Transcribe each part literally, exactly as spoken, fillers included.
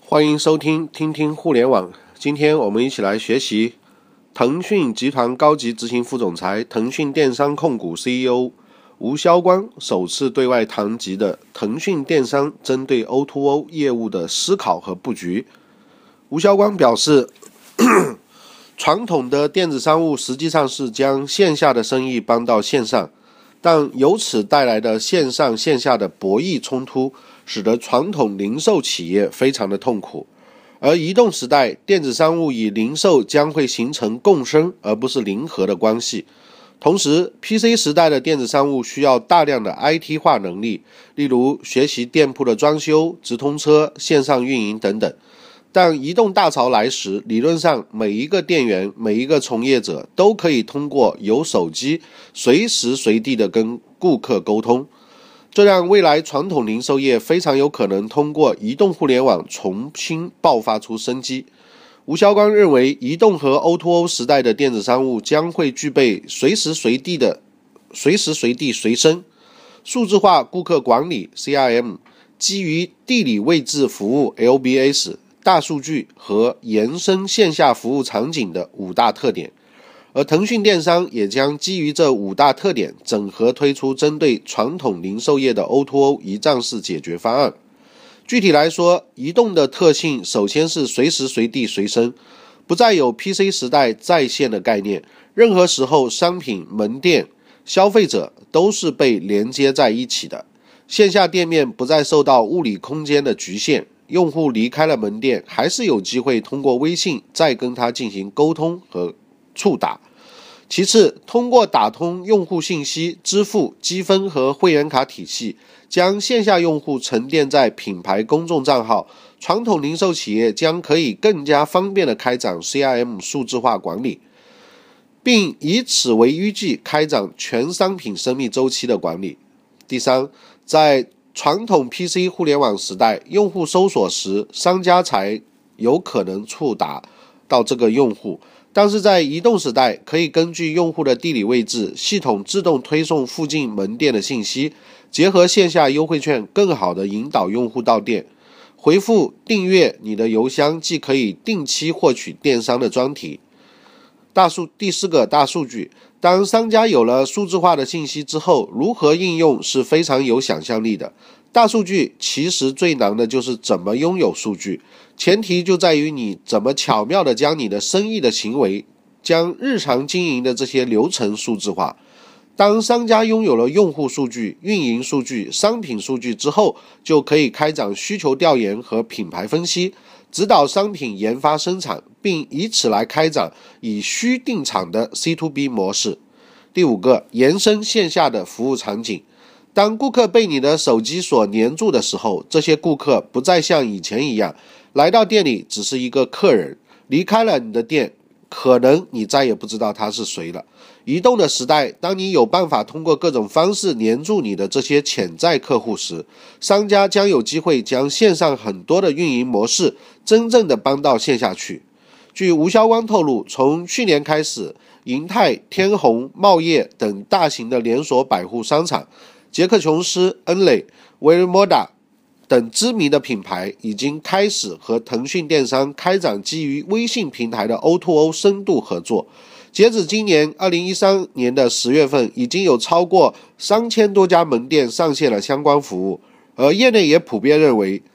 欢迎收听听听互联网。今天我们一起来学习腾讯集团高级执行副总裁、腾讯电商控股 C E O 吴晓光首次对外谈及的腾讯电商针对 O to O 业务的思考和布局。吴晓光表示，传统的电子商务实际上是将线下的生意搬到线上，但由此带来的线上线下的博弈冲突，使得传统零售企业非常的痛苦。而移动时代，电子商务与零售将会形成共生而不是零和的关系。同时 P C 时代的电子商务需要大量的 I T 化能力，例如学习店铺的装修、直通车、线上运营等等。但移动大潮来时，理论上每一个店员、每一个从业者都可以通过有手机随时随地的跟顾客沟通，这让未来传统零售业非常有可能通过移动互联网重新爆发出生机。吴晓光认为，移动和 O to O 时代的电子商务将会具备随时随地的随时随地随身、数字化顾客管理 C R M、 基于地理位置服务 L B S、 大数据和延伸线下服务场景的五大特点。而腾讯电商也将基于这五大特点，整合推出针对传统零售业的 O to O 一站式解决方案。具体来说，移动的特性首先是随时随地随身，不再有 P C 时代在线的概念，任何时候商品、门店、消费者都是被连接在一起的。线下店面不再受到物理空间的局限，用户离开了门店，还是有机会通过微信再跟他进行沟通和触达。其次，通过打通用户信息、支付、积分和会员卡体系，将线下用户沉淀在品牌公众账号，传统零售企业将可以更加方便地开展 C R M 数字化管理，并以此为依据开展全商品生命周期的管理。第三，在传统 P C 互联网时代，用户搜索时，商家才有可能触达到这个用户，但是在移动时代，可以根据用户的地理位置，系统自动推送附近门店的信息，结合线下优惠券，更好地引导用户到店。回复订阅你的邮箱，既可以定期获取电商的专题。大数第四个，大数据。当商家有了数字化的信息之后，如何应用是非常有想象力的。大数据其实最难的就是怎么拥有数据，前提就在于你怎么巧妙地将你的生意的行为，将日常经营的这些流程数字化。当商家拥有了用户数据、运营数据、商品数据之后，就可以开展需求调研和品牌分析，指导商品研发生产，并以此来开展以需定场的 C to B 模式。第五个，延伸线下的服务场景。当顾客被你的手机所黏住的时候，这些顾客不再像以前一样来到店里只是一个客人，离开了你的店，可能你再也不知道他是谁了。移动的时代，当你有办法通过各种方式黏住你的这些潜在客户时，商家将有机会将线上很多的运营模式真正的搬到线下去。据吴晓光透露，从去年开始，银泰、天虹、茂业等大型的连锁百货商场，杰克琼斯、恩蕾、维尔莫达等知名的品牌已经开始和腾讯电商开展基于微信平台的 O to O 深度合作。截止今年二零一三年的十月份，已经有超过三千多家门店上线了相关服务。而业内也普遍认为，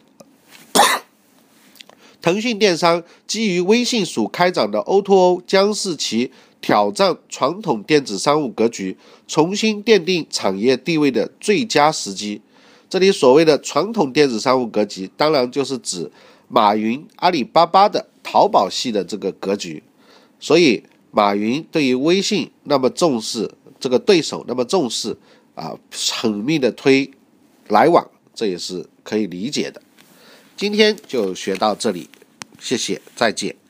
腾讯电商基于微信所开展的 O to O 将是其挑战传统电子商务格局，重新奠定产业地位的最佳时机。这里所谓的传统电子商务格局，当然就是指马云、阿里巴巴的淘宝系的这个格局。所以马云对于微信那么重视，这个对手那么重视啊，狠命的推来往，这也是可以理解的。今天就学到这里，谢谢，再见。